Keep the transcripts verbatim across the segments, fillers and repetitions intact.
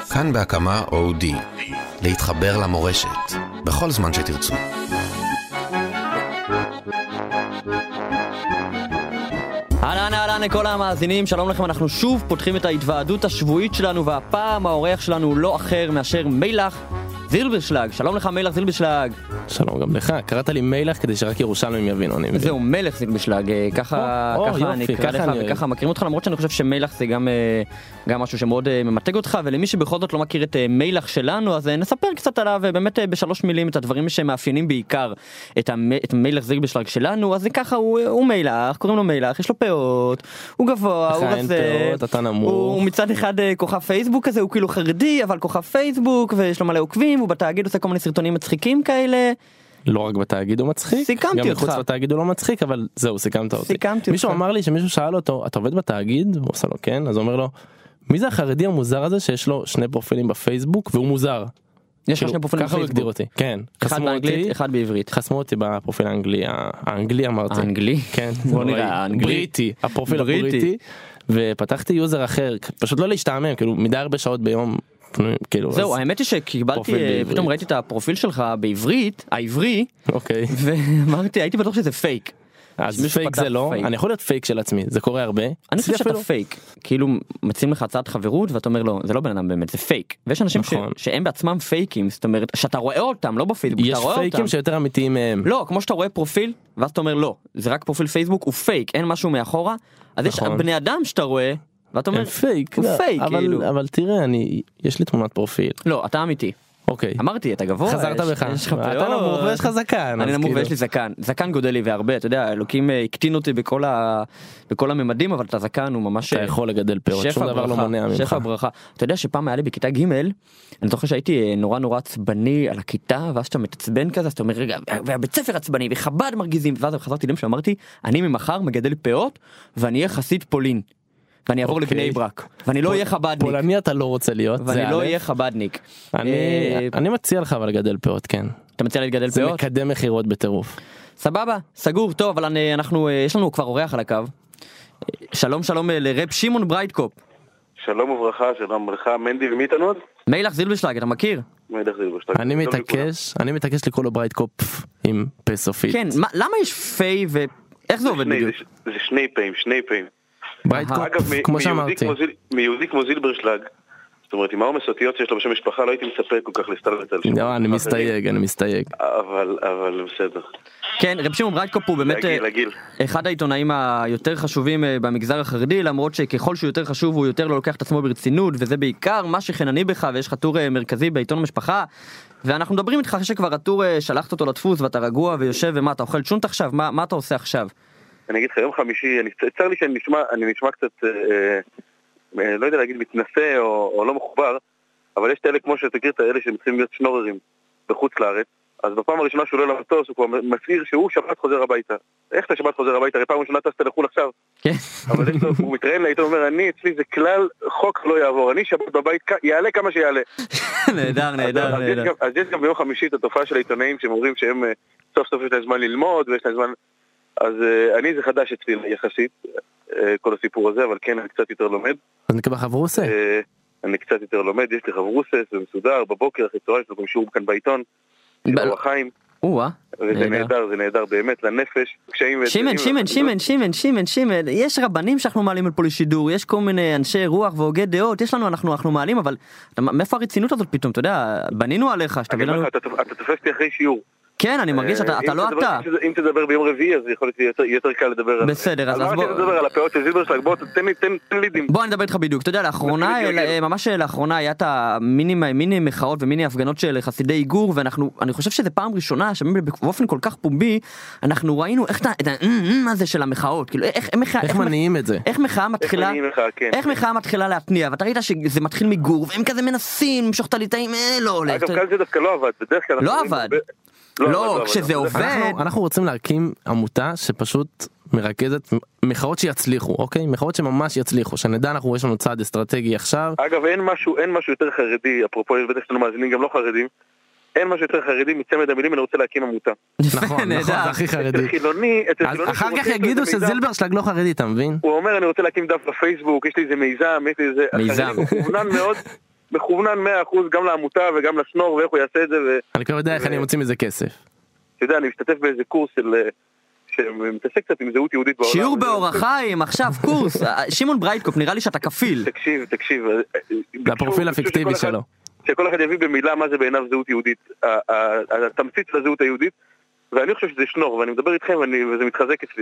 כאן בהקמה אודי. להתחבר למורשת, בכל זמן שתרצו. אהלן אהלן לכל המאזינים, שלום לכם, אנחנו שוב פותחים את ההתוועדות השבועית שלנו, והפעם האורח שלנו לא אחר מאשר מילך זילברשלג. שלום לך מילך זילברשלג. שלום גם לך, קראת לי מילך כדי שרק ירושלמים יבינו. זהו, מלך זילברשלג, ככה אני אקרא לך וככה מכירים אותך, למרות שאני חושב שמילך זה גם גם משהו שמאוד ממתג אותך, ולמי שבכל זאת לא מכיר את מילך שלנו, אז נספר קצת עליו באמת בשלוש מילים את הדברים שמאפיינים בעיקר את מילך זילברשלג שלנו. אז ככה הוא מילך, קוראים לו מילך, יש לו פאות, הוא גבוה, הוא רזה, הוא מצד אחד כוכב פייסבוק כזה, הוא כאילו חרדי אבל כוכב פייסבוק ויש לו מלא עוקבים, הוא בתאגיד עושה כל מיני סרטונים מצחיקים כאלה. לא רק בתאגיד הוא מצחיק, סיכמתי גם אותך. מחוץ בתאגיד הוא לא מצחיק, אבל זהו, סיכמת אותי. סיכמתי מישהו אותך. אמר לי שמישהו שאל אותו, אתה עובד בתאגיד? הוא עושה לו כן, אז הוא אומר לו, מי זה החרדי המוזר הזה שיש לו שני פרופילים בפייסבוק והוא מוזר? יש לו שני פרופילים ככה הוא הגדיר בפייסבוק. אותי, כן. אחד חסמו באנגלית, אותי, אחד בעברית. חסמו אותי בפרופיל האנגלי, האנגלי אמרתי. האנגלי? כן. בוא נראה, האנגלי. בריטי, הפרופיל בריטי. הבריטי, ופתחתי יוזר אחר, פשוט לא להשתעמם, כאילו מדי הרבה שעות ביום. כאילו, זהו, אז... האמת היא שקיבלתי, פתאום ראיתי את הפרופיל שלך בעברית, העברי, אוקיי. ואמרתי, הייתי בטוח שזה פייק. אז פייק זה לא, אני יכול להיות פייק של עצמי, זה קורה הרבה. אני חושב שאתה פייק, כאילו מציעים לך הצעת חברות ואתה אומר לא, זה לא בן אדם באמת, זה פייק. ויש אנשים שהם בעצמם פייקים, זאת אומרת, שאתה רואה אותם, לא בפייסבוק, אתה רואה אותם. יש פייקים שיותר אמיתיים מהם. לא, כמו שאתה רואה פרופיל, ואז אתה אומר לא, זה רק פרופיל פייסבוק, הוא פייק, אין משהו מאחורה. אז יש בני אדם שאתה רואה, ואתה אומר, פייק, הוא פייק, כאילו. אבל תראה, אני, יש לי תמונת פרופיל. לא, אתה אמיתי. אוקיי. אמרתי, אתה גבוה. חזרת בך. אתה נמוך ויש לך זקן. אני נמוך ויש לי זקן. זקן גודל לי והרבה, אתה יודע, אלוקים הקטין אותי בכל ה... בכל הממדים, אבל את הזקן הוא ממש... אתה יכול לגדל פירות, שום דבר לא מונע ממך. שפע ברכה. אתה יודע שפעם היה לי בכיתה ג' אני זוכר שהייתי נורא נורא עצבני על הכיתה, ואז שאתה מתעצבן כזה, אז אתה אומר, רגע, והבית ספר עצבני, וחב"ד מרגיזים, ואז חזרתי להם שאמרתי, אני ממחר מגדל פאות, ואני אהיה חסיד פולין. ואני אעבור לבני ברק, ואני לא אהיה חבדניק. פולני אתה לא רוצה להיות, ואני לא אהיה חבדניק. אני מציע לך אבל לגדל פאות, כן. אתה מציע לי לגדל פאות? זה מקדם מחירות בטירוף. סבבה, סגור, טוב, אבל אנחנו, יש לנו כבר אורח על הקו. שלום שלום לרב שמעון ברייטקופ. שלום וברכה, שלום לך, מנדי ומי איתנו עוד? מילך זילברשלג, אתה מכיר? מילך זילברשלג. אני מתעקש, אני מתעקש לקרוא לו ברייטקופ עם פה סופית. כן, למה יש פי ואיך זה עובד בדיוק? זה שני פיים, שני פיים. ברייטקופ, כמו שאמרתי. מיהודי כמו זילברשלג, זאת אומרת, עם העומס אותיות שיש לו בשם משפחה, לא הייתי מצפה כל כך להסתלבט על שם. לא, אני מסתייג, אני מסתייג. אבל, אבל בסדר. כן, רב שמעון ברייטקופ הוא באמת אחד העיתונאים היותר חשובים במגזר החרדי, למרות שככל שהוא יותר חשוב הוא יותר לא לוקח את עצמו ברצינות, וזה בעיקר מה שחנני בך, ויש לך טור מרכזי בעיתון המשפחה, ואנחנו מדברים איתך אחרי שכבר הטור שלחת אותו לדפוס ואתה רגוע ויושב, ומה, אתה אוכל צ'ונט עכשיו? מה, מה אתה עושה עכשיו? אני אגיד לך, יום חמישי, אני צר לי שאני נשמע, אני נשמע קצת, אה, אה, לא יודע להגיד מתנשא או, או לא מחובר, אבל יש את אלה כמו שתכיר את האלה שמצאים להיות שנוררים בחוץ לארץ, אז בפעם הראשונה שהוא לא למטוס, הוא כבר מצהיר שהוא שבת חוזר הביתה. איך אתה שבת חוזר הביתה? הרי פעם ראשונה טסת לחו"ל עכשיו. כן. אבל הוא מתראיין לעיתון, הוא אומר, אני, אצלי זה כלל, חוק לא יעבור, אני שבת בבית, יעלה כמה שיעלה. נהדר, נהדר, נהדר. אז יש גם ביום חמישי את התופעה של העיתונאים שהם אומרים שהם סוף סוף יש להם זמן ללמוד ויש להם זמן... אז uh, אני זה חדש אצלי יחסית, uh, כל הסיפור הזה, אבל כן, אני קצת יותר לומד. אז נקבל חברוסה? Uh, אני קצת יותר לומד, יש לי חברוסה, זה מסודר, בבוקר, אחרי צהריים, יש לנו שיעור כאן בעיתון, באורח חיים. או-אה. וזה נהדר, זה נהדר באמת, לנפש, קשיים... שימן, שימן, שימן, שימן, שימן, שימן, יש רבנים שאנחנו מעלים על פה לשידור, יש כל מיני אנשי רוח והוגי דעות, יש לנו, אנחנו, אנחנו מעלים, אבל מאיפה הרצינות הזאת פתאום, אתה יודע, בנינו עליך, שתביא לנו... אתה תופסתי אחרי שיעור. כן, אני מרגיש שאתה אתה לא אתה. אם תדבר ביום רביעי, אז יכול להיות יותר קל לדבר על... בסדר, אז בוא... אז מה תדבר על הפאות של זילברשלג? בוא, תן לידים. בוא, אני אדבר איתך בדיוק. אתה יודע, לאחרונה, ממש לאחרונה, היה את המיני מחאות ומיני הפגנות של חסידי איגור, ואנחנו, אני חושב שזה פעם ראשונה, שבאופן כל כך פומבי, אנחנו ראינו איך את מה זה של המחאות, כאילו, איך מניעים את זה? איך מחאה מתחילה, איך מחאה מתחילה להתניע, ואתה ראית שזה מתחיל מגור, והם כזה מנסים למשוך את הליטאים, לא הולך. אגב, כאן זה דווקא לא עבד, בדרך כלל... לא עבד. לא, כשזה עובד... אנחנו רוצים להקים עמותה שפשוט מרכזת מחאות שיצליחו, אוקיי? מחאות שממש יצליחו, שנדע אנחנו יש לנו צעד אסטרטגי עכשיו. אגב, אין משהו, אין משהו יותר חרדי, אפרופו יש בטח שלנו מאזינים גם לא חרדים, אין משהו יותר חרדי מצמד המילים, אני רוצה להקים עמותה. נכון, נכון, זה הכי חרדי. אצל חילוני, אצל חילוני... אחר כך יגידו שזילברשלג לא חרדי, אתה מבין? הוא אומר, אני רוצה להקים דף בפייסבוק, יש לי איזה מיזם, יש לי איזה... מיזם. הוא מובנן מאוד, מכוונן מאה אחוז גם לעמותה וגם לשנור ואיך הוא יעשה את זה. אני כבר יודע איך אני מוציא מזה כסף. אתה יודע, אני משתתף באיזה קורס של... שמתעסק קצת עם זהות יהודית בעולם. שיעור באורח חיים, עכשיו קורס. שמעון ברייטקופ, נראה לי שאתה כפיל. תקשיב, תקשיב. זה הפרופיל הפיקטיבי שלו. שכל אחד יביא במילה מה זה בעיניו זהות יהודית. התמצית של הזהות היהודית, ואני חושב שזה שנור, ואני מדבר איתכם וזה מתחזק אצלי.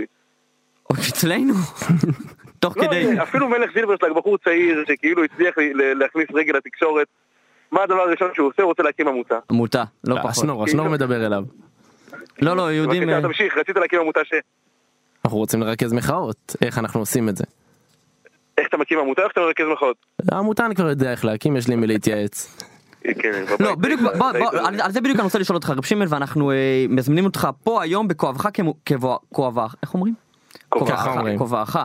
אצלנו? תוך כדי. אפילו מלך זילברשלג, בחור צעיר, שכאילו הצליח להכניס רגל לתקשורת, מה הדבר הראשון שהוא עושה? הוא רוצה להקים עמותה. עמותה, לא פחות. השנור, השנור מדבר אליו. לא, לא, יהודים... תמשיך, רצית להקים עמותה ש... אנחנו רוצים לרכז מחאות, איך אנחנו עושים את זה? איך אתה מקים עמותה, איך אתה מרכז מחאות? העמותה אני כבר יודע איך להקים, יש לי מי להתייעץ. לא, בדיוק, על זה בדיוק אני רוצה לשאול אותך, רב שימל, ואנחנו מזמינים אותך פה היום בכובעך ככובעך, איך אומרים? כובעך,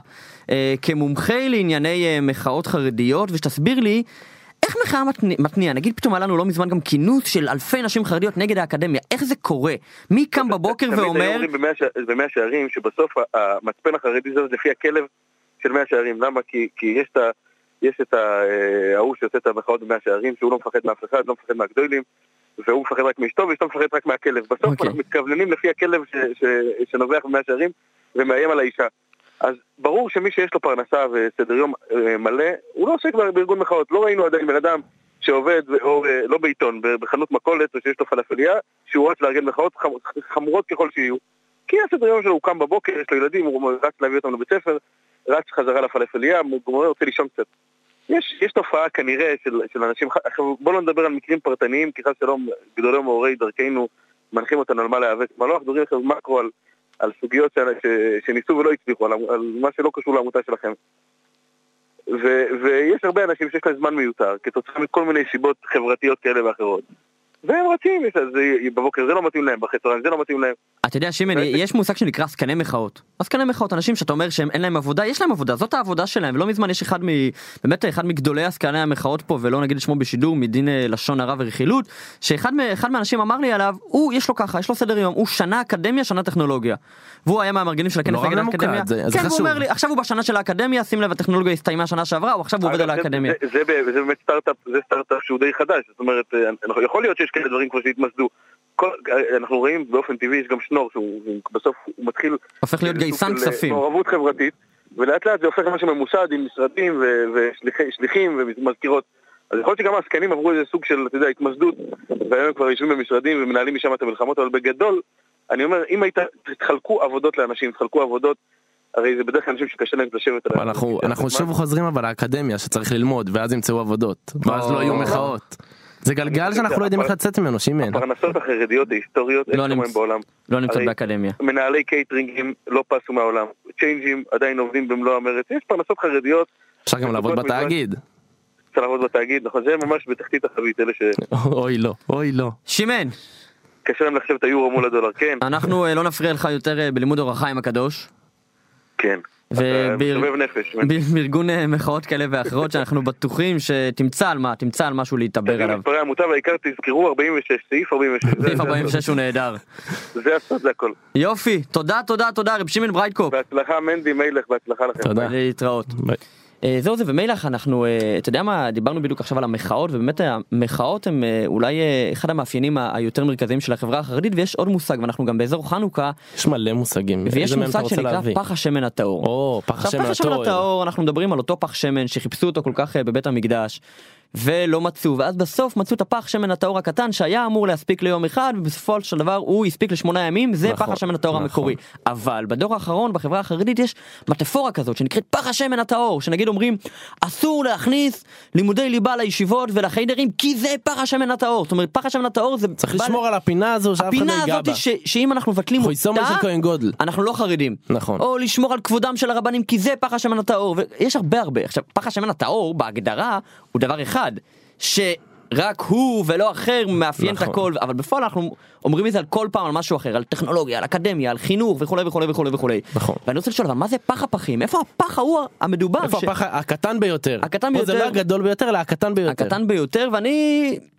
כמומחה לענייני מחאות חרדיות, ושתסביר לי איך מחאה מתניעה? נגיד פתאום היה לנו לא מזמן גם כינוס של אלפי נשים חרדיות נגד האקדמיה, איך זה קורה? מי קם בבוקר ואומר... תמיד אומרים במאה שערים שבסוף המצפן החרדי זה לפי הכלב של מאה שערים, למה? כי יש את ההוא שעושה את המחאות במאה שערים, שהוא לא מפחד מאף אחד, לא מפחד מהגדולים, והוא מפחד רק מאשתו, ואשתו מפחד רק מהכלב. בסוף אנחנו מתכווננים לפי הכלב שנובח במאה שערים ומאיים על האישה. אז ברור שמי שיש לו פרנסה וסדר יום מלא, הוא לא עוסק בארגון מחאות. לא ראינו עדיין בן אדם שעובד, או לא בעיתון, בחנות מכולת, או שיש לו פלאפליה, שהוא רץ לארגן מחאות חמורות ככל שיהיו. כי הסדר יום שלו הוא קם בבוקר, יש לו ילדים, הוא רץ להביא אותם לבית ספר, רץ חזרה לפלאפליה, הוא רוצה לישון קצת. יש, יש תופעה כנראה של, של אנשים, בואו לא נדבר על מקרים פרטניים, כי חס שלום גדולי מאורי דרכנו מנחים אותנו על מה להיאבק. מה לא, אנחנו מדברים עכשיו מקרו על על סוגיות ש... ש... שניסו ולא הצליחו, על... על מה שלא קשור לעמותה שלכם. ו... ויש הרבה אנשים שיש להם זמן מיותר, כתוצאה מכל מיני סיבות חברתיות כאלה ואחרות. והם רצים, זה... בבוקר זה לא מתאים להם, בחצרן זה לא מתאים להם. אתה יודע, שימן, ו... יש מושג שנקרא סקני מחאות. הסקני מחאות, אנשים שאתה אומר שהם אין להם עבודה, יש להם עבודה, זאת העבודה שלהם, ולא מזמן יש אחד מ... באמת אחד מגדולי הסקני המחאות פה, ולא נגיד שמו בשידור, מדין לשון הרע ורכילות, שאחד מ... מהאנשים אמר לי עליו, הוא, יש לו ככה, יש לו סדר יום, הוא שנה אקדמיה, שנה טכנולוגיה. והוא היה מהמארגנים של הכנס נגד האקדמיה. זה, זה כן, הוא אומר לי, עכשיו הוא בשנה של האקדמיה, שים לב, הטכנולוגיה הסתיימה שנה שעברה, עכשיו הוא עובד על האקדמיה. זה, זה, זה, זה באמת סטארט-אפ, זה סטארט-אפ שהוא די חדש. זאת אומרת, יכול להיות שיש כאלה דברים כבר שהתמסדו. כל, אנחנו רואים באופן טבעי, יש גם שנור, שהוא בסוף הוא מתחיל... הופך להיות גייסן כספים. מעורבות חברתית, ולאט לאט זה הופך למשהו ממוסד עם משרדים ושליחים ומזכירות. אז יכול להיות שגם העסקנים עברו איזה סוג של, אתה יודע, התמסדות, והיום הם כבר יושבים במשרדים ומנהלים משם את המלחמות, אבל בגדול, אני אומר, אם היית, תחלקו עבודות לאנשים, תחלקו עבודות, הרי זה בדרך כלל אנשים שקשה להם לשבת על... אנחנו, אנחנו שוב חוזרים אבל לאקדמיה שצריך ללמוד, ואז ימצאו עבודות, ואז לא יהיו מחאות. זה גלגל שאנחנו לא יודעים איך לצאת ממנו, שימן. הפרנסות החרדיות ההיסטוריות, אין כמוהם בעולם. לא נמצאת באקדמיה. מנהלי קייטרינגים לא פסו מהעולם. צ'יינג'ים עדיין עובדים במלוא המרץ. יש פרנסות חרדיות. אפשר גם לעבוד בתאגיד. אפשר לעבוד בתאגיד, נכון, זה ממש בתחתית החבית, אלה ש... אוי לא, אוי לא. שימן. קשה להם לחשב את היורו מול הדולר, כן. אנחנו לא נפריע לך יותר בלימוד אורח חיים הקדוש. כן. ובארגון מחאות כאלה ואחרות שאנחנו בטוחים שתמצא על מה, תמצא על משהו להתאבר עליו. מספרי העמותה והעיקר תזכרו ארבעים ושש, סעיף ארבעים ושש. סעיף ארבעים ושש הוא נהדר. זה הסוד, זה הכל. יופי, תודה, תודה, תודה, רב שימן ברייטקופ. בהצלחה מנדי מלך, בהצלחה לכם. תודה. להתראות. זהו זה, ומילך אנחנו, אתה יודע מה, דיברנו בדיוק עכשיו על המחאות, ובאמת המחאות הם אולי אחד המאפיינים היותר מרכזיים של החברה החרדית, ויש עוד מושג, ואנחנו גם באזור חנוכה. יש מלא מושגים. ויש מושג שנקרא פח השמן הטהור. או, פח השמן הטהור. אנחנו מדברים על אותו פח שמן שחיפשו אותו כל כך בבית המקדש, ולא מצאו, ואז בסוף מצאו את הפח שמן הטהור הקטן שהיה אמור להספיק ליום אחד, ובסופו של דבר הוא הספיק לשמונה ימים, זה פח השמן הטהור המקורי. אבל בדור האחרון בחברה החרדית יש מטאפורה כזאת שנקראת פח השמן הטהור, שנגיד אומרים אסור להכניס לימודי ליבה לישיבות ולחיידרים כי זה פח השמן הטהור. זאת אומרת פח השמן הטהור זה צריך לשמור על הפינה הזו שאף אחד לא ייגע בה. הפינה הזאת שאם אנחנו מבטלים אותה אנחנו לא חרדים. נכון. או לשמור על כבודם של הרבנים כי זה פח השמן הטהור, ויש הרבה הרבה. עכשיו פח השמן הטהור בהגדרה הוא דבר אחד שרק הוא ולא אחר מאפיין את הכל, אבל בפועל אנחנו אומרים את זה על כל פעם על משהו אחר, על טכנולוגיה, על אקדמיה, על חינוך וכולי וכולי וכולי וכולי. ואני רוצה לשאול, אבל מה זה פח הפחים? איפה הפח ההוא המדובר? איפה הפח הקטן ביותר? הקטן ביותר. זה לא הגדול ביותר, אלא הקטן ביותר. הקטן ביותר, ואני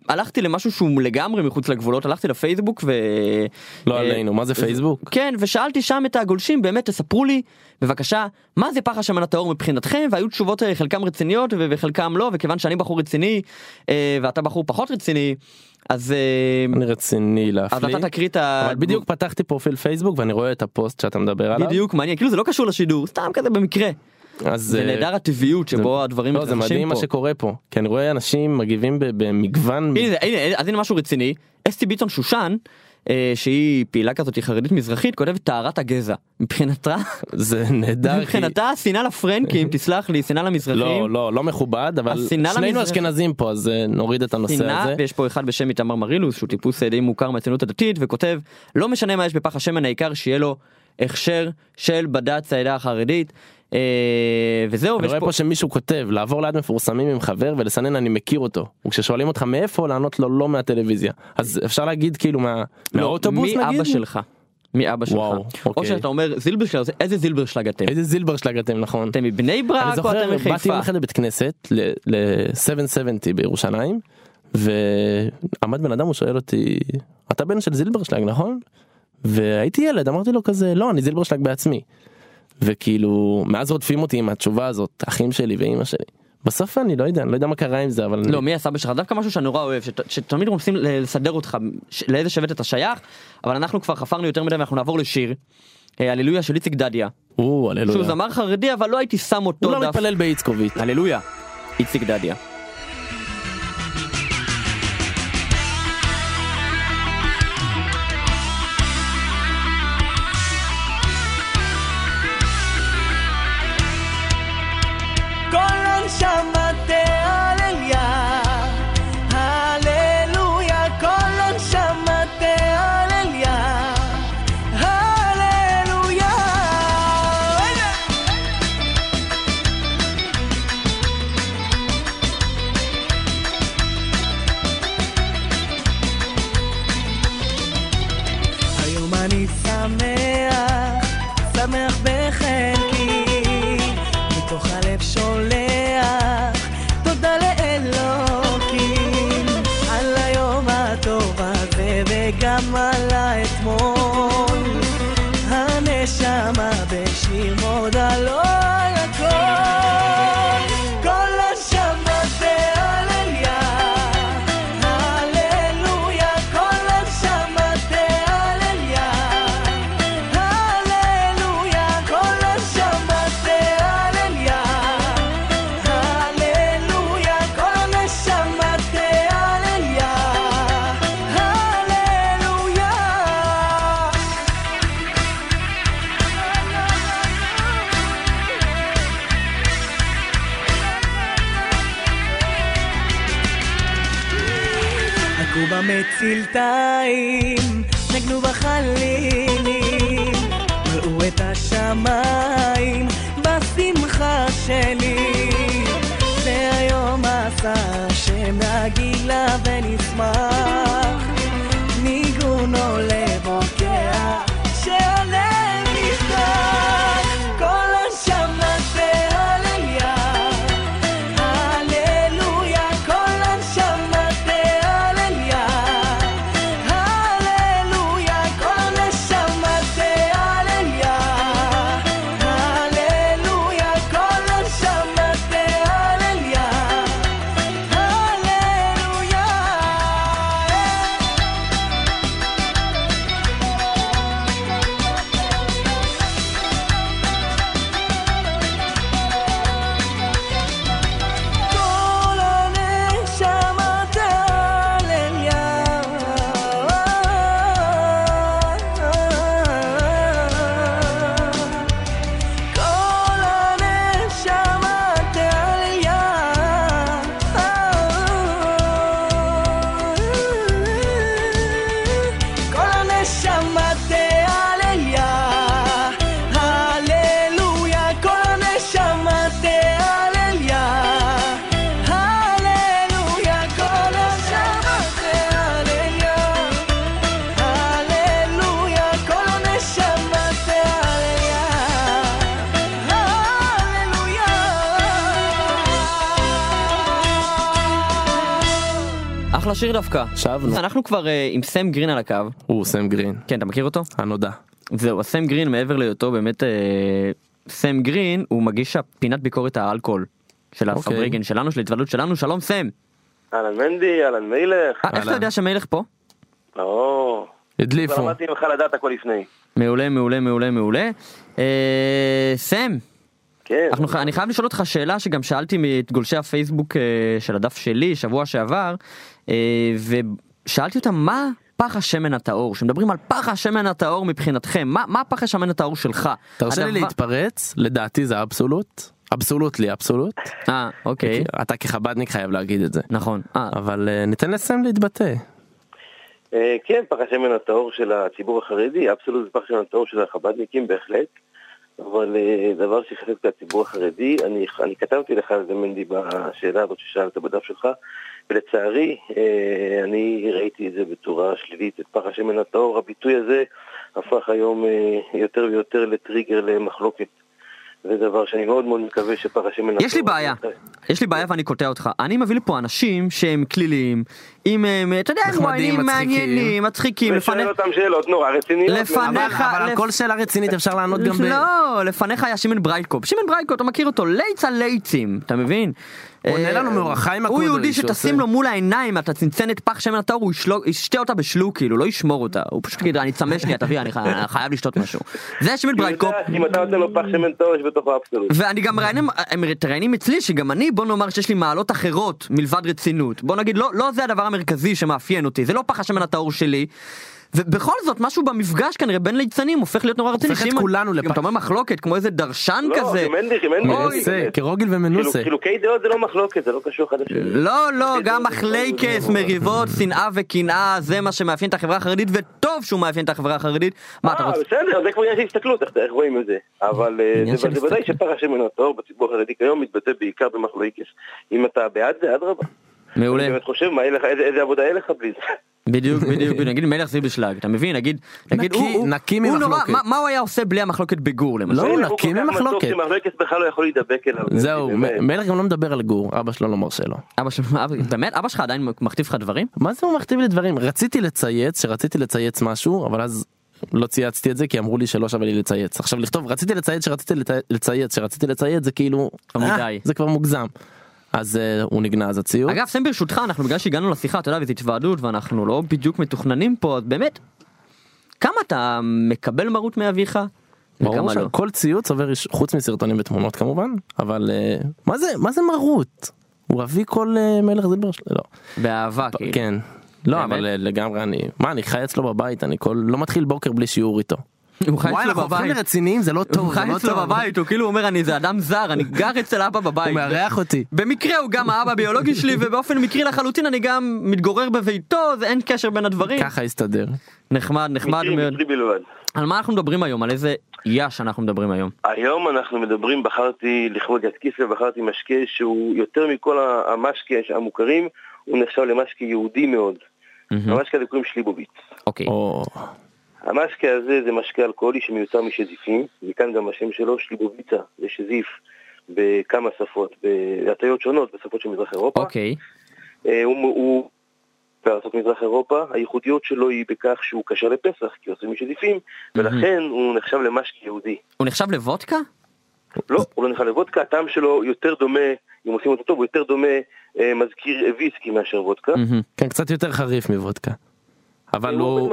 הלכתי למשהו שהוא לגמרי מחוץ לגבולות, הלכתי לפייסבוק ו... לא עלינו, מה זה פייסבוק? כן, ושאלתי שם את הגולשים, באמת תספרו לי, בבקשה, מה זה פח השמן הטהור מבחינתכם, והיו תשובות חלקם רציניות וחלקם לא, וכיוון שאני בחור רציני, ואתה בחור פחות רציני, אז... אני רציני להפליא. אז אתה תקריא את ה... אבל בדיוק פתחתי פרופיל פייסבוק, ואני רואה את הפוסט שאתה מדבר עליו. בדיוק, מעניין, כאילו זה לא קשור לשידור, סתם כזה במקרה. זה נהדר הטבעיות שבו הדברים מתרחשים פה. זה מדהים מה שקורה פה, כי אני רואה אנשים מגיבים במגוון... אז הנה משהו רציני, אסתי ביטון שושן, שהיא פעילה כזאת חרדית מזרחית, כותבת טהרת הגזע. מבחינתה, זה נהדר. מבחינתה שנאה לפרנקים, תסלח לי, שנאה למזרחים. לא, לא, לא מכובד, אבל שנינו אשכנזים פה, אז נוריד את הנושא הזה. ויש פה אחד בשם איתמר מרילוס, שהוא טיפוס די מוכר מהציונות הדתית, וכותב, לא משנה מה יש בפח השמן, העיקר שיהיה לו הכשר של בד"ץ העדה החרדית. וזהו. אני רואה פה שמישהו כותב לעבור ליד מפורסמים עם חבר ולסנן אני מכיר אותו, וכששואלים אותך מאיפה לענות לו לא מהטלוויזיה, אז אפשר להגיד כאילו מהאוטובוס נגיד? מאבא שלך, מאבא שלך, או שאתה אומר זילברשלג, איזה זילברשלג אתם? איזה זילברשלג אתם, נכון. אתם מבני ברק או אתם מחיפה? באתי יום אחד לבית כנסת ל-שבע שבעים בירושלים, ועמד בן אדם, הוא שואל אותי, אתה בן של זילברשלג נכון? והייתי ילד, אמרתי לו כזה, לא, אני זילברשלג בעצמי. וכאילו מאז רודפים אותי עם התשובה הזאת, אחים שלי ואמא שלי. בסוף אני לא יודע, אני לא יודע מה קרה עם זה, אבל... לא, מי הסבא שלך? דווקא משהו שאני נורא אוהב, שתמיד רוצים לסדר אותך, לאיזה שבט אתה שייך, אבל אנחנו כבר חפרנו יותר מדי ואנחנו נעבור לשיר, הללויה של איציק דדיה. או, הללויה. שהוא זמר חרדי, אבל לא הייתי שם אותו דף. הוא לא מתפלל באיצקובית. הללויה, איציק דדיה. מצילתיים נגנו בחלילים, מלאו את השמיים בשמחה שלי. זה היום עשה השם נגילה ונשמח, ניגון עולה בוקע שעולה משתק, כל הנשמה תהלליה הללויה, כל הנשמה תהלליה הללויה, כל הנשמה תהלליה הללויה, כל הנשמה תהלליה הללויה. אחלה שיר דווקא. שבנו. אנחנו כבר עם סם גרין על הקו. הוא סם גרין. כן, אתה מכיר אותו? הנודע. זהו, סם גרין מעבר להיותו באמת סם גרין, הוא מגיש פינת ביקורת האלכוהול של הפבריגן שלנו, של התוודות שלנו. שלום סם. אהלן מנדי, אהלן מילך. איך אתה יודע שמילך פה? או, הדליפו. למדתי ממך לדעת הכל לפני. מעולה, מעולה, מעולה, מעולה. סם. כן. אני חייב לשאול אותך שאלה שגם שאלתי מתגולשי הפייסבוק של הדף שלי שבוע שעבר, ושאלתי אותם מה פח השמן הטהור, שמדברים על פח השמן הטהור מבחינתכם, מה, מה פח השמן הטהור שלך? תרשה לי להתפרץ, לדעתי זה אבסולוט, אבסולוט לי אבסולוט. אה, אוקיי. אתה כחבדניק חייב להגיד את זה. נכון. אבל ניתן לסם להתבטא. כן, פח השמן הטהור של הציבור החרדי, אבסולוט זה פח השמן הטהור של החבדניקים בהחלט. אבל דבר שחשב את הציבור החרדי, אני, אני כתבתי לך על זה מנדי בשאלה הזאת ששאלת בדף שלך, ולצערי אני ראיתי את זה בצורה שלילית, את פח השמן הטהור. הביטוי הזה הפך היום יותר ויותר לטריגר למחלוקת. זה דבר שאני מאוד מאוד מקווה שפח השמן הטהור... יש לי בעיה, יש לי בעיה ואני קוטע אותך. אני מביא לפה אנשים שהם כליליים, עם, אתה יודע, נחמדים, מעניינים, מצחיקים, ושאל אותם שאלות נורא רציניות. לפניך, אבל על כל שאלה רצינית אפשר לענות גם ב... לא, לפניך היה שימן ברייקופ. שימן ברייקופ, אתה מכיר אותו, ליץ על ליצים, אתה מבין? הוא עונה לנו מאורחיים הקודרי. הוא יהודי שתשים לו מול העיניים, אתה צנצנת פח שמן הטהור, הוא ישתה אותה בשלוק, כאילו, לא ישמור אותה. הוא פשוט יגיד, אני צמא שנייה, תביא, אני חייב לשתות משהו. זה שימן ברייקופ. אם אתה נותן לו פח שמן טהור, יש בתוכו אבסולוט. ואני גם ראיינים אצלי, שגם אני, בוא נאמר שיש לי מעלות אחרות מלבד רצינות. בוא נגיד, לא, לא זה הדבר המרכזי שמאפיין אותי, זה לא פח השמן הטהור שלי. ובכל זאת, משהו במפגש כנראה בין ליצנים הופך להיות נורא רציני. הופך את כולנו לפח. גם אתה אומר מחלוקת, כמו איזה דרשן כזה. לא, חימנדי, חימנדי. כרוגל ומנוסה. חילוקי דעות זה לא מחלוקת, זה לא קשור אחד לשני. לא, לא, גם מחלקת, מריבות, שנאה וקנאה, זה מה שמאפיין את החברה החרדית, וטוב שהוא מאפיין את החברה החרדית. מה אתה רוצה? בסדר, זה כבר יש הסתכלות, איך רואים את זה. אבל זה ודאי שפח השמן הטהור בציבור החרדי כיום מתבטא בעיקר במחלוקת. אם אתה בעד זה, אדרבה. מעולה. אני באמת חושב, איזה עבודה יהיה לך בלי זה? בדיוק, בדיוק, נגיד מלך זילברשלג, אתה מבין? נגיד, נגיד, הוא נורא, מה הוא היה עושה בלי המחלוקת בגור למשל? לא, נקי ממחלוקת. מחלוקת בכלל לא יכול להידבק אליו. זהו, מלך גם לא מדבר על גור, אבא שלו לא מרשה לו. אבא שלו, באמת? אבא שלך עדיין מכתיב לך דברים? מה זה הוא מכתיב לי דברים? רציתי לצייץ, שרציתי לצייץ משהו, אבל אז לא צייצתי את זה, כי אמרו לי שלא שווה לי לצייץ. עכשיו לכתוב, רציתי לצייץ, שרציתי לצייץ, שרציתי לצייץ, זה כאילו, זה כבר מוגזם. אז uh, הוא נגנז הציור. אגב, סם ברשותך, אנחנו בגלל שהגענו לשיחה, אתה יודע, וזו התוועדות, ואנחנו לא בדיוק מתוכננים פה, אז באמת, כמה אתה מקבל מרות מאביך? ברור לא? כל ציוץ עובר, חוץ מסרטונים ותמונות כמובן, אבל uh, מה זה, מה זה מרות? הוא אבי כל uh, מלך זילבר שלו? לא. באהבה, כאילו. כן. לא, באמת? אבל uh, לגמרי אני, מה, אני חי אצלו בבית, אני כל, לא מתחיל בוקר בלי שיעור איתו. הוא חי אצלו בבית. וואי, רציניים, זה לא טוב. הוא חי אצלו בבית, הוא כאילו אומר, אני זה אדם זר, אני גר אצל אבא בבית. הוא מארח אותי. במקרה הוא גם האבא הביולוגי שלי, ובאופן מקרי לחלוטין אני גם מתגורר בביתו, זה אין קשר בין הדברים. ככה הסתדר. נחמד, נחמד מאוד. על מה אנחנו מדברים היום? על איזה יש אנחנו מדברים היום? היום אנחנו מדברים, בחרתי לכבוד יתקיס ובחרתי משקה שהוא יותר מכל המשקה המוכרים, הוא נחשב למשקה יהודי מאוד. המשקה הזה קוראים שליבוביץ. אוקיי. המשקה הזה זה משקה אלכוהולי שמיוצר משזיפים, וכאן גם השם שלו שליבוביצה, זה שזיף בכמה שפות, בהטיות שונות, בשפות של מזרח אירופה. אוקיי. הוא, הוא בארצות מזרח אירופה, הייחודיות שלו היא בכך שהוא קשר לפסח, כי הוא עושה משזיפים, ולכן הוא נחשב למשקה יהודי. הוא נחשב לוודקה? לא, הוא לא נחשב לוודקה, הטעם שלו יותר דומה, אם עושים אותו טוב, הוא יותר דומה, מזכיר ויסקי מאשר וודקה. כן, קצת יותר חריף מוודקה. אבל הוא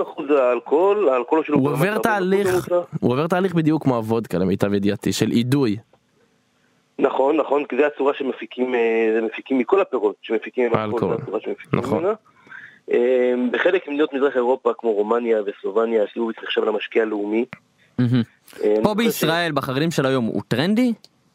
הוא עובר תהליך, הוא עובר תהליך בדיוק כמו הוודקה למיטב ידיעתי, של אידוי. נכון, נכון, כי זה הצורה שמפיקים, זה מפיקים מכל הפירות, שמפיקים אלכוהול. נכון. בחלק ממדינות מזרח אירופה, כמו רומניה וסלובניה, השליבוביץ נחשב למשקה הלאומי. פה בישראל, בחרדים של היום, הוא טרנדי?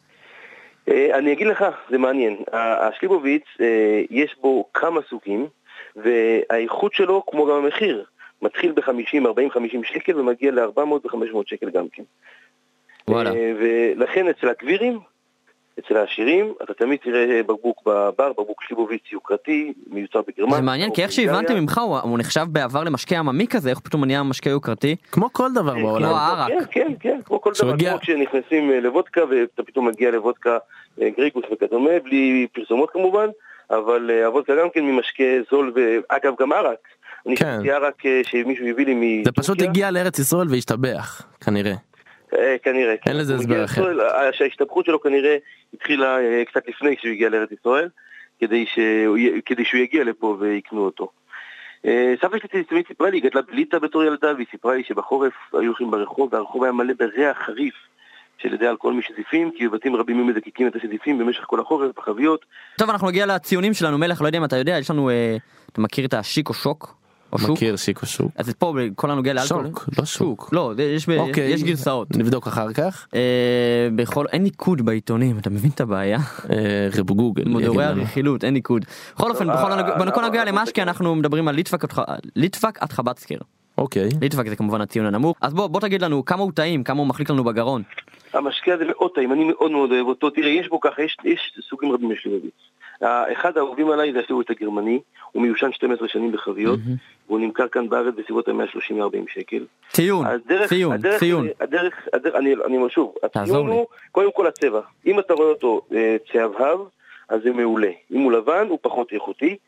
אני אגיד לך, זה מעניין. השליבוביץ, יש בו כמה סוגים, והאיכות שלו, כמו גם המחיר, מתחיל ב-חמישים, ארבעים, חמישים שקל ומגיע ל-ארבע מאות ו-חמש מאות שקל גם כן. וואלה. ולכן אצל הגבירים, אצל העשירים, אתה תמיד תראה בקבוק בבר, בקבוק שליבוביץ יוקרתי, מיוצר בגרמניה. זה מעניין, כי איך שהבנתי ממך, הוא נחשב בעבר למשקה עממי כזה, איך פתאום נהיה משקה יוקרתי? כמו כל דבר בעולם. כמו הערק. כן, כן, כן, כמו כל דבר, כמו כשנכנסים לוודקה, ואתה פתאום מגיע לוודקה גריגוס וכדומה, בלי פרסומות כמובן, אבל הוודקה גם כן ממשקה זול, ואגב גם ערק. אני חשבתי ערק שמישהו הביא לי מטורקיה. זה פשוט הגיע לארץ ישראל והשתבח, כנראה. כנראה. אין לזה הסבר אחר. שההשתבחות שלו כנראה התחילה קצת לפני שהוא הגיע לארץ ישראל, כדי שהוא יגיע לפה ויקנו אותו. סבתא שלי תמיד סיפרה לי, היא גדלה בליטא בתור ילדה, והיא סיפרה לי שבחורף היו הולכים ברחוב, והרחוב היה מלא בריח חריף של ידי אלכוהול משזיפים, כי בבתים רבים הם מזקקים את השזיפים במשך כל החורף, בחביות. טוב, אנחנו נגיע לציונים שלנו, מלך, לא יודע אם אתה יודע, יש לנו, אתה מכיר את השיק או שוק? מכיר שיק או שוק. אז פה כל הנוגע לאלכוהול. שוק, לא שוק. לא, יש גרסאות. נבדוק אחר כך. אין ניקוד בעיתונים, אתה מבין את הבעיה? רב גוגל. מודורי הרכילות, אין ניקוד. בכל אופן, בכל הנוגע למשקה אנחנו מדברים על ליטווק עד חבצקר. אוקיי. ליטווק זה כמובן הציון הנמוך. אז בוא תגיד לנו כמה הוא טעים, כמה הוא מחליק לנו בגרון. המשקה הזה מאוד טעים, אני מאוד מאוד אוהב אותו. תראה, יש בו ככה, יש סוגים רבים יש לי. אחד האהובים עליי זה השירות הגרמני, הוא מיושן שתים עשרה שנים בחביות, והוא נמכר כאן בארץ בסביבות ה-מאה שלושים ארבעים שקל. ציון, ציון, ציון. אני משוב, הציון הוא קודם כל הצבע. אם אתה רואה אותו צהבהב, אז זה מעולה. אם הוא לבן, הוא פחות איכותי.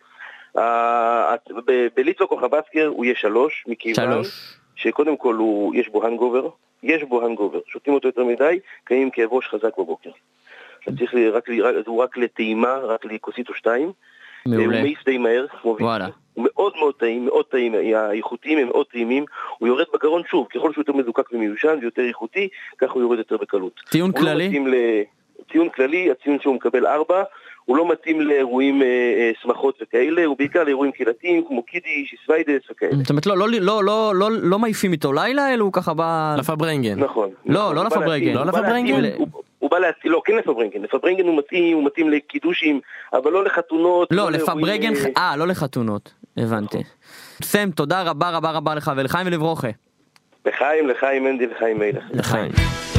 בליטווק או חבצקר הוא יהיה שלוש, מכיוון שקודם כל יש בו הנגובר, יש בו הנגובר. שותים אותו יותר מדי, קיים כאב ראש חזק בבוקר. צריך רק, הוא רק לטעימה, רק לכוסית או שתיים. מעולה. הוא מעיף די מהר, כמו וואלה. הוא מאוד מאוד טעים, מאוד טעים, האיכותיים הם מאוד טעימים, הוא יורד בגרון שוב, ככל שהוא יותר מזוקק ומיושן ויותר איכותי, כך הוא יורד יותר בקלות. ציון כללי? לא ל... ציון כללי, הציון שהוא מקבל ארבע, הוא לא מתאים לאירועים אה, שמחות וכאלה, הוא בעיקר לאירועים קהילתיים כמו קידיש, סוויידס וכאלה. זאת אומרת, לא, לא, לא, לא, לא, לא מעיפים איתו לילה, אלא הוא ככה בא... לפברנגן. נכון. לא, לא לפברנגן. לא לפברנגן. הוא בא להציל, לא, כן לפברנגן, לפברנגן הוא מתאים, הוא מתאים לקידושים, אבל לא לחתונות. לא, לפברנגן, אה, לא לחתונות, הבנתי. סם, תודה רבה רבה רבה לך, ולחיים ולברוכה. לחיים, לחיים מנדי, לחיים מלך. לחיים.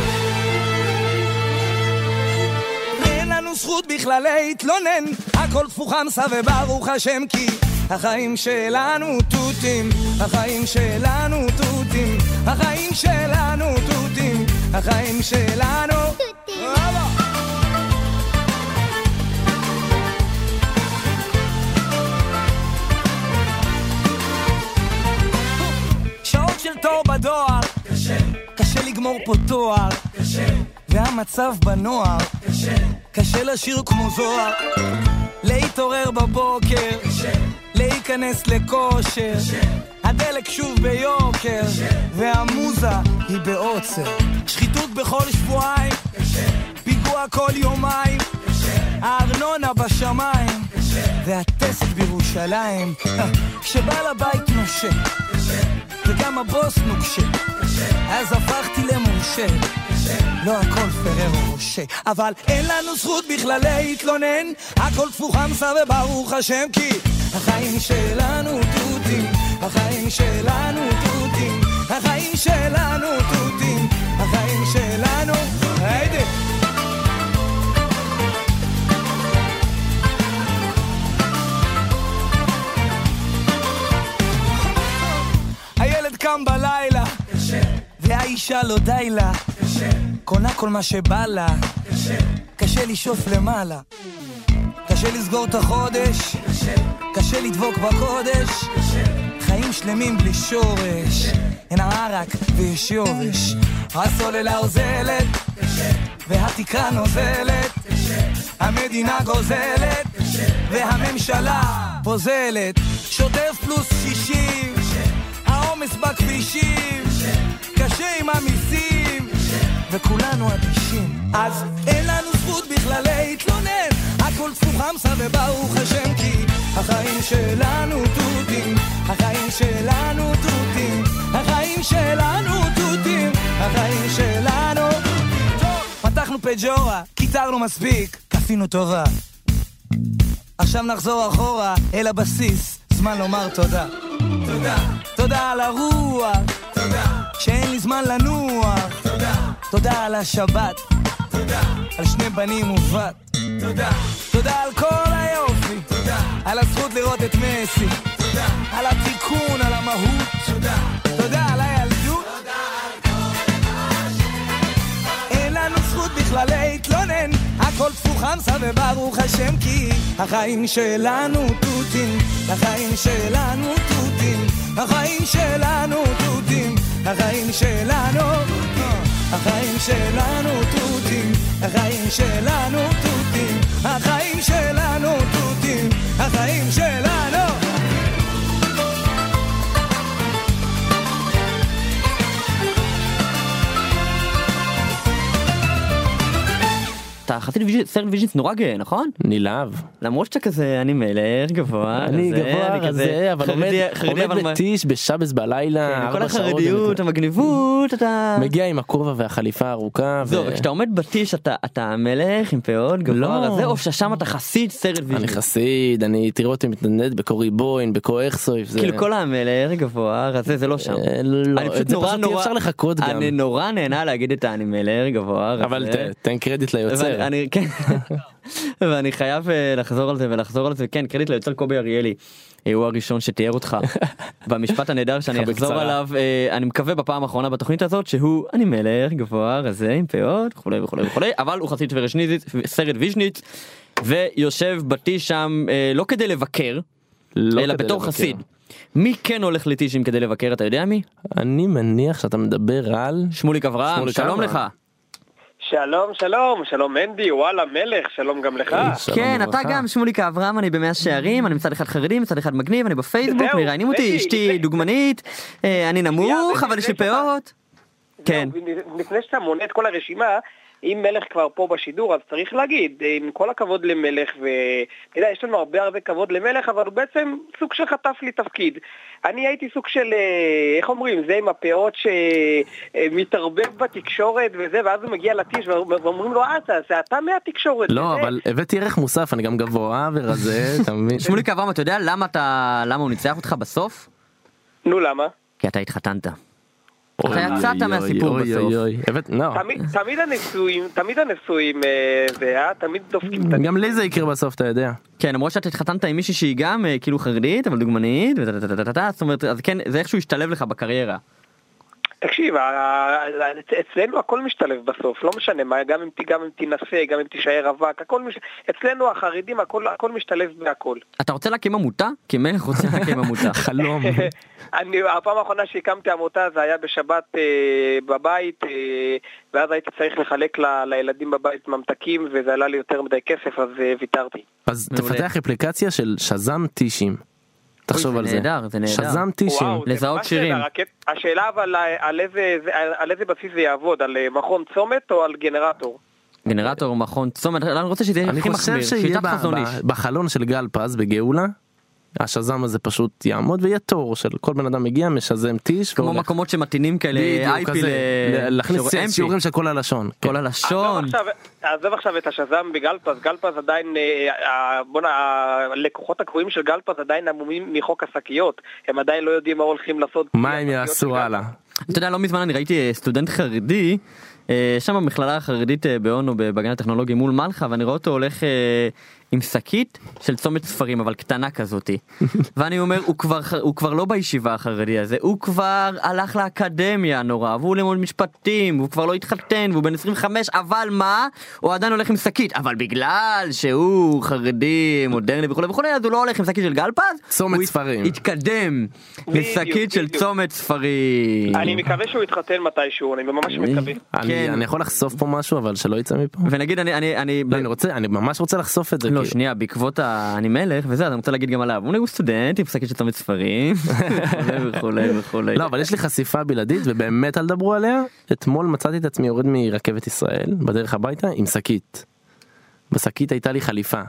אין לנו זכות בכלל להתלונן, הכל תפוחמסה וברוך השם, כי החיים שלנו תותים, החיים שלנו תותים, החיים שלנו תותים, החיים שלנו תותים. שעות של תור בדואר, קשה, קשה לגמור פה תואר, קשה, והמצב בנוער, קשה, קשה לשיר כמו זוהר, להתעורר בבוקר, קשה, להיכנס לכושר, קשה, הדלק שוב ביוקר, קשה, והמוזה היא בעוצר, שחיתות בכל שבועיים, קשה, פיגוע כל יומיים, קשה, הארנונה בשמיים, קשה, והטסט בירושלים, כשבא לבית נושה, קשה, וגם הבוס נוקשה, אז הפכתי למורשה, לא הכל פרר ורושה, אבל אין לנו זכות בכלל להתלונן, הכל תפוחמסה וברוך השם, כי החיים שלנו תותים, החיים שלנו תותים, החיים שלנו תותים, החיים שלנו. היידה הילד קם בלילה, קשה, והאישה לא די לה, קשה, קונה כל מה שבא לה, קשה, קשה לשאוף למעלה, קשה לסגור את החודש, קשה, קשה לדבוק בקודש, קשה, חיים שלמים בלי שורש, אין הערק ויש יובש, הסוללה עוזלת, קשה, והתקרה נוזלת, קשה, המדינה גוזלת, קשה, והממשלה פוזלת, שוטף פלוס שישים, העומס בכבישים, קשה עם המיסים, וכולנו אדישים, אז אין לנו זכות בכלל להתלונן, הכל תפוחמסה וברוך השם, כי החיים שלנו תותים, החיים שלנו תותים, החיים שלנו תותים, החיים שלנו. טוב, פתחנו פג'ורה, קיצרנו מספיק, כפינו טובה, עכשיו נחזור אחורה אל הבסיס, זמן לומר תודה. תודה, תודה על הרוח, תודה, שאין לי זמן לנוח, תודה, תודה על השבת, תודה, על שני בנים ובת, תודה, תודה על כל היופי, תודה, על הזכות לראות את מסי, תודה, על התיקון, על המהות, תודה, תודה על הילדות, תודה על כל מה אין לנו זכות בכלל להתלונן, הכל תפוחמסה וברוך השם, כי החיים שלנו תותים, החיים שלנו תותים, החיים שלנו תותים, החיים שלנו, החיים שלנו תותים, החיים שלנו תותים, החיים שלנו תותים, החיים שלנו. אתה חסיד סרט ויז'ניץ נורא גאה, נכון? נלהב. למרות שאתה כזה, אני מלך, גבוה, אני גבוה רזה, אבל עומד בטיש בשבס בלילה, כל החרדיות, המגניבות, אתה... מגיע עם הכובע והחליפה הארוכה. זהו, וכשאתה עומד בטיש, אתה מלך עם פאות, גבוה רזה, או ששם אתה חסיד סרט ויז'ניץ? אני חסיד, אני תראו אותי מתנדנד בקורי בוין, בקו אכסויף. כאילו כל המלך, גבוה, רזה, זה לא שם. לא, זה פשוט אי אפשר לחכות גם. אני נורא נהנה להגיד את אני מלך, גבוה, רזה. אבל תן קרדיט ליוצר. אני, כן, ואני חייב לחזור על זה ולחזור על זה, כן, קרדיט ליוצר קובי אריאלי, הוא הראשון שתיאר אותך במשפט הנהדר שאני אחזור עליו, אני מקווה בפעם האחרונה בתוכנית הזאת, שהוא אני מלך, גבוה, רזה, עם פאות, וכולי וכולי וכולי, אבל הוא חסיד סרט ויז'ניץ, ויושב בטיש שם לא כדי לבקר, אלא בתור חסיד. מי כן הולך לטישים כדי לבקר, אתה יודע מי? אני מניח שאתה מדבר על... שמוליק אברהם, שלום לך. שלום, שלום, שלום מנדי, וואלה מלך, שלום גם לך. כן, אתה גם שמוליק אברהם, אני במאה שערים, אני מצד אחד חרדי, מצד אחד מגניב, אני בפייסבוק, מראיינים אותי, אשתי דוגמנית, אני נמוך, אבל יש לי פאות. כן. לפני שאתה מונה את כל הרשימה, אם מלך כבר פה בשידור, אז צריך להגיד, עם כל הכבוד למלך, ואתה יודע, יש לנו הרבה הרבה כבוד למלך, אבל הוא בעצם סוג של חטף לי תפקיד. אני הייתי סוג של, איך אומרים, זה עם הפאות שמתערבב בתקשורת וזה, ואז הוא מגיע לטיש ואומרים לו, אה, זה אתה מהתקשורת. לא, אבל הבאתי ערך מוסף, אני גם גבוה ורזה, אתה מבין? שמוליק אברהם, אתה יודע למה הוא ניצח אותך בסוף? נו, למה? כי אתה התחתנת. אתה יצאת מהסיפור בסוף. תמיד הנשואים, תמיד הנשואים, תמיד דופקים. גם לי זה יקרה בסוף, אתה יודע. כן, למרות שאתה התחתנת עם מישהי שהיא גם כאילו חרדית, אבל דוגמנית, זאת אומרת, אז כן, זה איכשהו ישתלב לך בקריירה. תקשיב, אצלנו הכל משתלב בסוף, לא משנה מה, גם אם תנסה, גם אם תישאר רווק, אצלנו החרדים הכל משתלב בהכל. אתה רוצה להקים עמותה? כי מלך רוצה להקים עמותה. חלום. הפעם האחרונה שהקמתי עמותה זה היה בשבת בבית, ואז הייתי צריך לחלק לילדים בבית ממתקים, וזה עלה לי יותר מדי כסף, אז ויתרתי. אז תפתח אפליקציה של שזם טישים. תחשוב על זה. זה נהדר, זה נהדר. שזם טישים. לזהות שירים. השאלה אבל על איזה בסיס זה יעבוד, על מכון צומת או על גנרטור? גנרטור, מכון צומת, אני רוצה שזה יהיה הכי מחמיר. אני חושב שיהיה בחלון של גל פז בגאולה, השזם הזה פשוט יעמוד ויהיה תור של כל בן אדם מגיע, משזם טיש. כמו מקומות שמתינים כאלה, איי פי להכניס שיעורים של כל הלשון. כל הלשון. עזוב עכשיו את השזם בגלפז, גלפז עדיין, הלקוחות הקבועים של גלפז עדיין עמומים מחוק השקיות, הם עדיין לא יודעים מה הולכים לעשות. מה הם יעשו הלאה? אתה יודע, לא מזמן אני ראיתי סטודנט חרדי, שם במכללה החרדית באונו, בגן הטכנולוגי מול מלכה, ואני רואה אותו הולך עם שקית של צומת ספרים, אבל קטנה כזאתי. ואני אומר, הוא כבר, הוא כבר לא בישיבה החרדי הזה, הוא כבר הלך לאקדמיה נורא, והוא ללמוד משפטים, והוא כבר לא התחתן, והוא בן עשרים וחמש, אבל מה? הוא עדיין הולך עם שקית, אבל בגלל שהוא חרדי, מודרני וכו' וכו', אז הוא לא הולך עם שקית של גלפז, צומת ספרים. הוא התקדם לשקית של צומת ספרים. אני מקווה שהוא יתחתן מתישהו, אני ממש מקווה. אני יכול לחשוף פה משהו, אבל שלא יצא מפה. ונגיד, אני ממש רוצה לחשוף את זה. לא, שנייה, בעקבות אני מלך וזה, אני רוצה להגיד גם עליו, הוא סטודנט עם שקית של צומת ספרים וכולי וכולי. לא, אבל יש לי חשיפה בלעדית ובאמת אל דברו עליה. אתמול מצאתי את עצמי יורד מרכבת ישראל בדרך הביתה עם שקית. בשקית הייתה לי חליפה.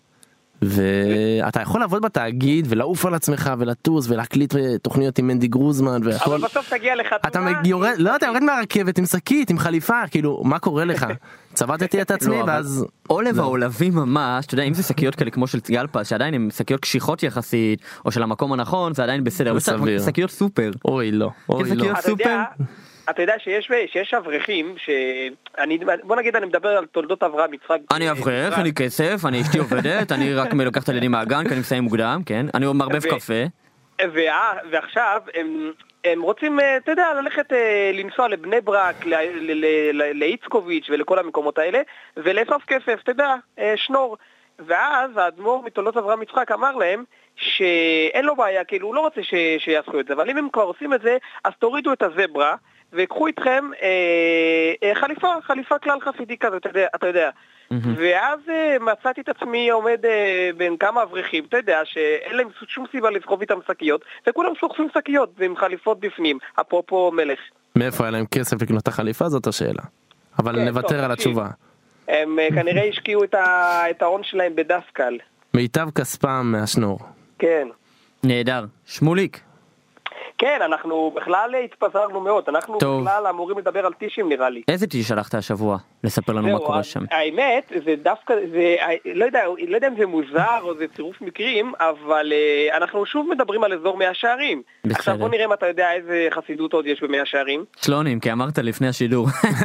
ואתה יכול לעבוד בתאגיד ולעוף על עצמך ולטוס ולהקליט תוכניות עם מנדי גרוזמן והכל. אבל בסוף תגיע לך אתה יורד, לא, אתה יורד מהרכבת עם שקית, עם חליפה, כאילו, מה קורה לך? צבטתי את עצמי ואז... עולב העולבים ממש, אתה יודע, אם זה שקיות כאלה כמו של גלפז, שעדיין הן שקיות קשיחות יחסית, או של המקום הנכון, זה עדיין בסדר. שקיות סופר. אוי לא, אוי לא. אתה יודע שיש שיש אברכים שאני בוא נגיד אני מדבר על תולדות אברהם יצחק. אני אברך, אני כסף, אני אשתי עובדת, אני רק לוקח את הילדים מהגן כי אני מסיים מוקדם, כן? אני מרבב קפה. ועכשיו הם הם רוצים, אתה יודע, ללכת לנסוע לבני ברק, לאיצקוביץ' ולכל המקומות האלה ולאסוף כסף, אתה יודע, שנור. ואז האדמו"ר מתולדות אברהם יצחק אמר להם שאין לו בעיה, כאילו הוא לא רוצה ש... שיעשו את זה, אבל אם הם כבר עושים את זה, אז תורידו את הזברה, ויקחו איתכם אה, אה, חליפה, חליפה כלל חסידי כזה, אתה יודע. אתה יודע. Mm-hmm. ואז אה, מצאתי את עצמי עומד אה, בין כמה אברכים, אתה יודע, שאין להם שום סיבה לסחוב איתם שקיות, וכולם סוחבים שקיות עם חליפות בפנים, אפרופו מלך. מאיפה היה להם כסף לקנות את החליפה? זאת השאלה. אבל כן, נוותר טוב, על התשובה. הם אה, כנראה השקיעו את, ה... את ההון שלהם בדסקל. מיטב כספם מהשנור. כן. נהדר. שמוליק. כן, אנחנו בכלל התפזרנו מאוד, אנחנו טוב. בכלל אמורים לדבר על טישים נראה לי. איזה טיש שלחת השבוע? לספר לנו מה קורה שם. האמת, זה דווקא, זה, לא יודע, לא יודע אם זה מוזר או זה צירוף מקרים, אבל uh, אנחנו שוב מדברים על אזור מאה שערים. בסדר. עכשיו בוא נראה אם אתה יודע איזה חסידות עוד יש במאה שערים. סלונים, כי אמרת לפני השידור.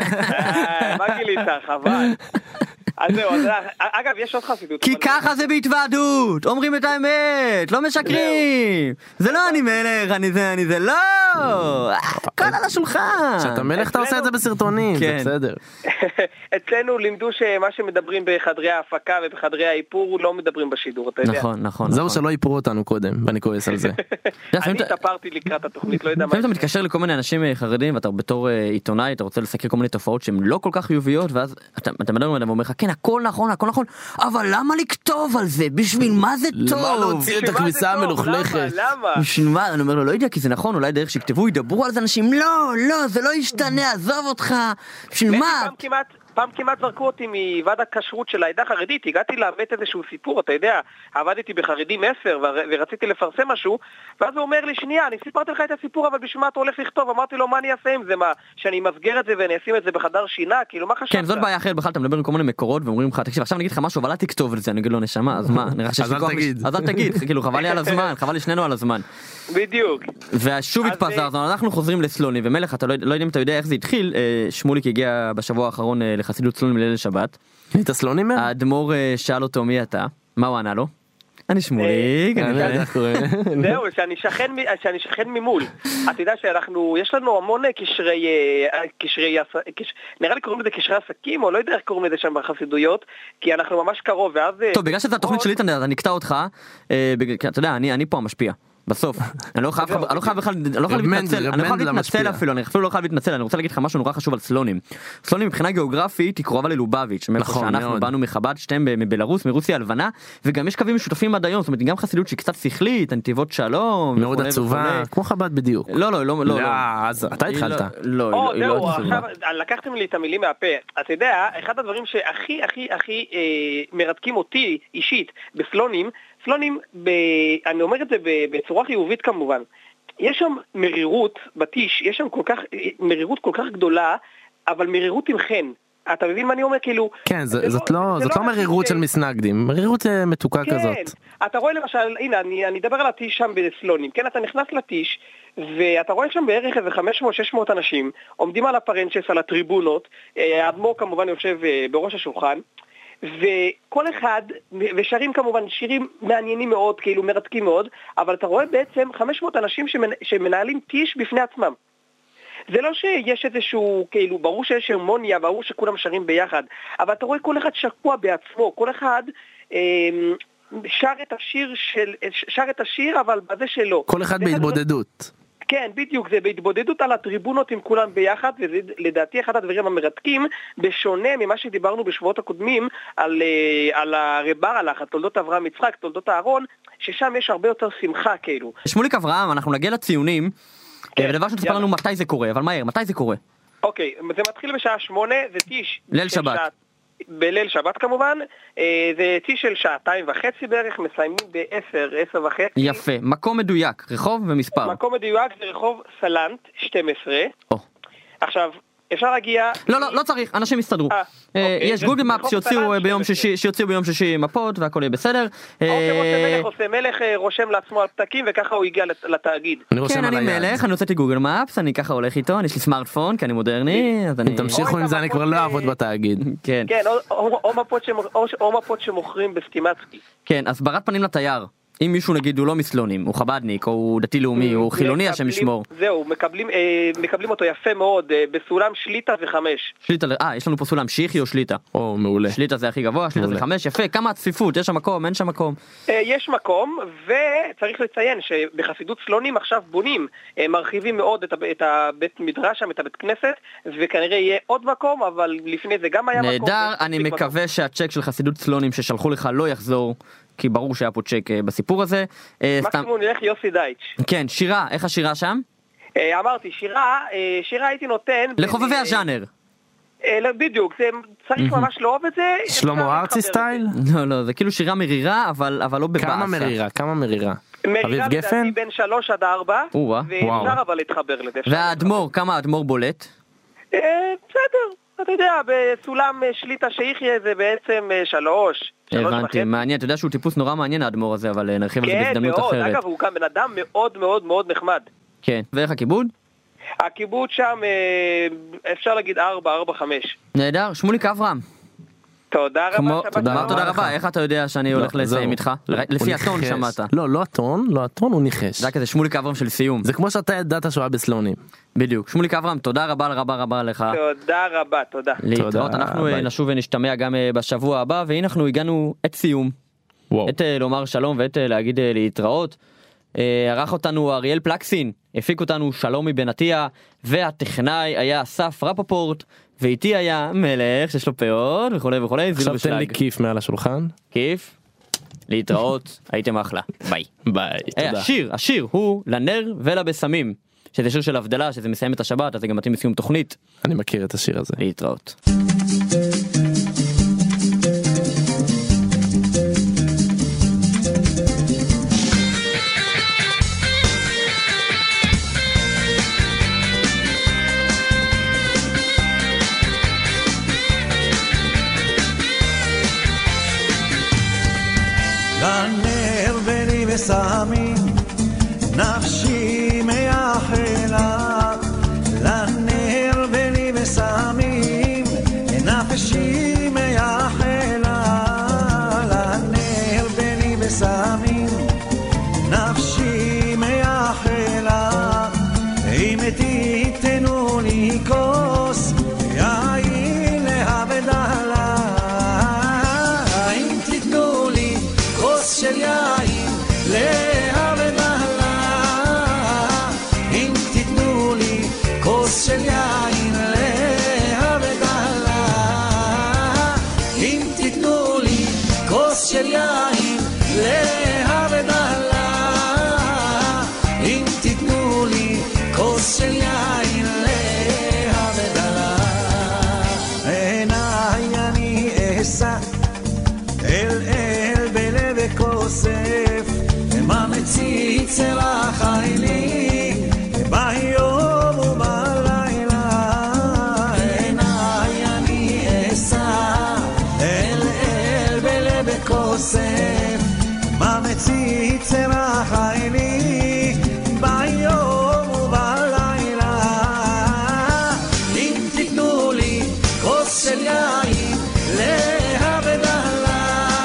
מה גילית, חבל. אז זהו, אגב, יש עוד חסידות. כי ככה זה בהתוועדות, אומרים את האמת, לא משקרים. זה לא אני מלך, אני זה, אני זה, לא! הכל על השולחן. כשאתה מלך אתה עושה את זה בסרטונים, זה בסדר. אצלנו לימדו שמה שמדברים בחדרי ההפקה ובחדרי האיפור לא מדברים בשידור, אתה יודע. נכון, נכון. זהו שלא איפרו אותנו קודם, ואני כועס על זה. אני התאפרתי לקראת התוכנית, לא יודע מה. אתה מתקשר לכל מיני אנשים חרדים, ואתה בתור עיתונאי, אתה רוצה לסקר כל מיני תופעות שהן לא כל כך חיוביות, ואז אתה מדבר ואומר לך, כן, הכל נכון, הכל נכון, אבל למה לכתוב על זה? בשביל מה זה טוב? למה להוציא את הכביסה המלוכלכת? למה? בשביל מה? אני אומר לו, לא יודע, כי זה נכון, אולי דרך שכתבו, ידברו על זה אנשים, לא, לא, זה לא ישתנה, עזוב אותך, בשביל מה? פעם כמעט, פעם כמעט זרקו אותי מוועד הכשרות של העדה החרדית, הגעתי להבאת איזשהו סיפור, אתה יודע, עבדתי בחרדים עשר ורציתי לפרסם משהו, ואז הוא אומר לי, שנייה, אני סיפרתי לך את הסיפור, אבל בשביל מה אתה הולך לכתוב? אמרתי לו, מה אני אעשה עם זה? מה, שאני מסגר את זה ואני אשים את זה בחדר שינה? כאילו, מה חשבת? כן, זאת בעיה אחרת, בכלל אתה מדבר עם כל מיני מקורות ואומרים לך, תקשיב, עכשיו אני אגיד לך משהו, אבל אל תכתוב את זה, אני אגיד לו, נשמה, אז מה? נראה שיש לי כוח, אז אל תגיד, כאילו, חבל לי על הזמן, חבל לי שנינו על הזמן. בדיוק. ושוב התפזרנו, אנחנו חוזרים לסלוני, ומלך, אתה לא יודע אם אתה יודע איך זה התחיל, שמוליק הגיע בשבוע האחרון לחסידות סלוני בליל שבת. היית סלוני מהם? האדמו"ר שאל אותו מי אתה, מה הוא ענה לו? אני שמוליק, זהו, שאני שכן ממול. אתה יודע שאנחנו, יש לנו המון קשרי, נראה לי קוראים לזה קשרי עסקים, או לא יודע איך קוראים לזה שם בחסידויות, כי אנחנו ממש קרוב, ואז... טוב, בגלל שזו התוכנית שלי, אני נקטע אותך, אתה יודע, אני פה המשפיע. בסוף, אני לא חייב בכלל, אני לא חייב להתנצל, אני לא חייב להתנצל אפילו, אני אפילו לא חייב להתנצל, אני רוצה להגיד לך משהו נורא חשוב על סלונים. סלונים מבחינה גיאוגרפית היא קרובה ללובביץ', שאנחנו באנו מחב"ד, שתיהם מבלרוס, מרוסיה הלבנה, וגם יש קווים משותפים עד היום, זאת אומרת, גם חסידות שהיא קצת שכלית, נתיבות שלום, מאוד עצובה, כמו חב"ד בדיוק. לא, לא, לא, לא. אז אתה התחלת. לא, זהו, עכשיו לקחתם לי את המילים מהפה. אתה יודע, אחד הדברים שהכי, הכי, הכי מרתקים אותי אישית בסלונים, סלונים, ב... אני אומר את זה בצורה חיובית כמובן, יש שם מרירות בטיש, יש שם כל כך, מרירות כל כך גדולה, אבל מרירות עם חן. אתה מבין מה אני אומר? כאילו... כן, זה, זאת לא, לא, זאת לא, לא מרירות של מסנגדים, מרירות מתוקה כן, כזאת. כן, אתה רואה למשל, הנה, אני, אני אדבר על הטיש שם בסלונים, כן, אתה נכנס לטיש, ואתה רואה שם בערך איזה חמש מאות שש מאות אנשים, עומדים על הפרנצ'ס, על הטריבונות, האדמו"ר כמובן יושב בראש השולחן, וכל אחד, ושרים כמובן שירים מעניינים מאוד, כאילו מרתקים מאוד, אבל אתה רואה בעצם חמש מאות אנשים שמנהלים טיש בפני עצמם. זה לא שיש איזשהו, כאילו, ברור שיש הרמוניה, ברור שכולם שרים ביחד, אבל אתה רואה כל אחד שקוע בעצמו, כל אחד אה, שר את השיר של, שר את השיר, אבל בזה שלו. כל אחד בהתבודדות. כן, בדיוק, זה בהתבודדות על הטריבונות עם כולם ביחד, וזה לדעתי אחד הדברים המרתקים, בשונה ממה שדיברנו בשבועות הקודמים, על, על הרב הלך, תולדות אברהם יצחק, תולדות אהרון, ששם יש הרבה יותר שמחה כאילו. שמוליק אברהם, אנחנו נגיע לציונים, כן, ודבר שתספר לנו מתי זה קורה, אבל מהר, מתי זה קורה? אוקיי, זה מתחיל בשעה שמונה, זה טיש. ליל שבת. שעה, בליל שבת כמובן, זה טיש של שעתיים וחצי בערך, מסיימים בעשר, עשר וחצי. יפה, מקום מדויק, רחוב ומספר. מקום מדויק זה רחוב סלנט, שתים עשרה. או. עכשיו, אפשר להגיע... לא, לא, לא צריך, אנשים יסתדרו. יש גוגל מאפ שיוציאו ביום שישי מפות והכל יהיה בסדר. עושה מלך, רושם לעצמו על פתקים וככה הוא הגיע לתאגיד. כן, אני מלך, אני הוצאתי גוגל מאפס, אני ככה הולך איתו, יש לי סמארטפון, כי אני מודרני. אם תמשיכו עם זה אני כבר לא אעבוד בתאגיד. כן, או מפות שמוכרים בסטימצקי. כן, אז ברת פנים לתייר. אם מישהו נגיד הוא לא מסלונים, הוא חבדניק, או הוא דתי לאומי, הוא חילוני השם ישמור. זהו, מקבלים, אה, מקבלים אותו יפה מאוד, אה, בסולם שליטה זה חמש. שליטה, אה, יש לנו פה סולם שיחי או שליטה? או, מעולה. שליטה זה הכי גבוה, שליטה זה חמש, יפה, כמה הצפיפות, יש שם מקום, אין שם מקום. אה, יש מקום, וצריך לציין שבחסידות סלונים עכשיו בונים, אה, מרחיבים מאוד את, את הבית מדרש שם, את הבית כנסת, וכנראה יהיה עוד מקום, אבל לפני זה גם היה מקום. נהדר, אני מקווה שהצ'ק של חסידות סלונים ששלחו לך לא יחזור, כי ברור שהיה פה צ'ק בסיפור הזה. מקסימום נלך יוסי דייץ'. כן, שירה, איך השירה שם? אמרתי, שירה, שירה הייתי נותן... לחובבי הז'אנר. בדיוק, צריך ממש לאהוב את זה. שלמה ארצי סטייל? לא, לא, זה כאילו שירה מרירה, אבל לא בבאסה. כמה מרירה, כמה מרירה? מרירה לדעתי בין שלוש עד ארבע, ואפשר אבל להתחבר לזה. והאדמו"ר, כמה האדמו"ר בולט? בסדר. אתה יודע, בסולם שליטה שיחיה זה בעצם שלוש, שלוש הבנתי, וחצי. מעניין, אתה יודע שהוא טיפוס נורא מעניין האדמו"ר הזה, אבל נרחיב על זה כן, בהזדמנות מאוד, אחרת. אגב, הוא גם בן אדם מאוד מאוד מאוד נחמד. כן, ואיך הכיבוד? הכיבוד שם, אפשר להגיד ארבע, ארבע, חמש. נהדר, שמוליק אברהם. תודה רבה, שבת תודה, תודה רבה, איך אתה יודע שאני הולך לסיים איתך? לפי הטון שמעת. לא, לא הטון, לא הטון, הוא ניחש. זה היה כזה שמוליק אברהם של סיום. זה כמו שאתה ידעת שהוא היה בסלונים. בדיוק, שמוליק אברהם, תודה רבה רבה רבה לך. תודה רבה, תודה. להתראות, אנחנו נשוב ונשתמע גם בשבוע הבא, והנה אנחנו הגענו את סיום. את לומר שלום ואת להגיד להתראות. ערך אותנו אריאל פלקסין, הפיק אותנו שלומי בן עטיה, והטכנאי היה אסף רפפורט, ואיתי היה מלך שיש לו פאות וכולי וכולי. עכשיו תן לי כיף מעל השולחן. כיף, להתראות, הייתם אחלה, ביי. ביי, תודה. השיר, השיר הוא לנר ולבשמים, שזה שיר של הבדלה, שזה מסיים את השבת, אז זה גם מתאים לסיום תוכנית. אני מכיר את השיר הזה. להתראות. לנר בני בשמים, נפשי מייחלה. לנר בני בשמים, נפשי מייחלה. לנר בני בשמים, נפשי מייחלה. אם תיתנו לי כוס יין להבדלה, אם תיתנו לי כוס של יין להבדלה, אם תיתנו לי כוס של יין להבדלה, אם תיתנו לי כוס של יין להבדלה, אם תיתנו לי כוס של יין להבדלה. עיניי אני אשא אל אל בלב כוסף, מה מציץ אל החיילי ביום ובלילה. עיניי אני אשא אל אל בלב כוסף, מה מציץ אל החיילי ביום ובלילה. אם תיתנו לי כוס של יין להבדלה,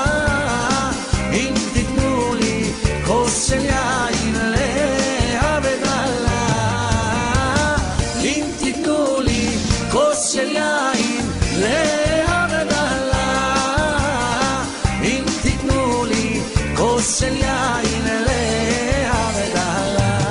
אם תיתנו לי כוס של יין להבדלה, אם תיתנו לי כוס של יין להבדלה, אם תיתנו לי כוס של יין להבדלה.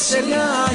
של יין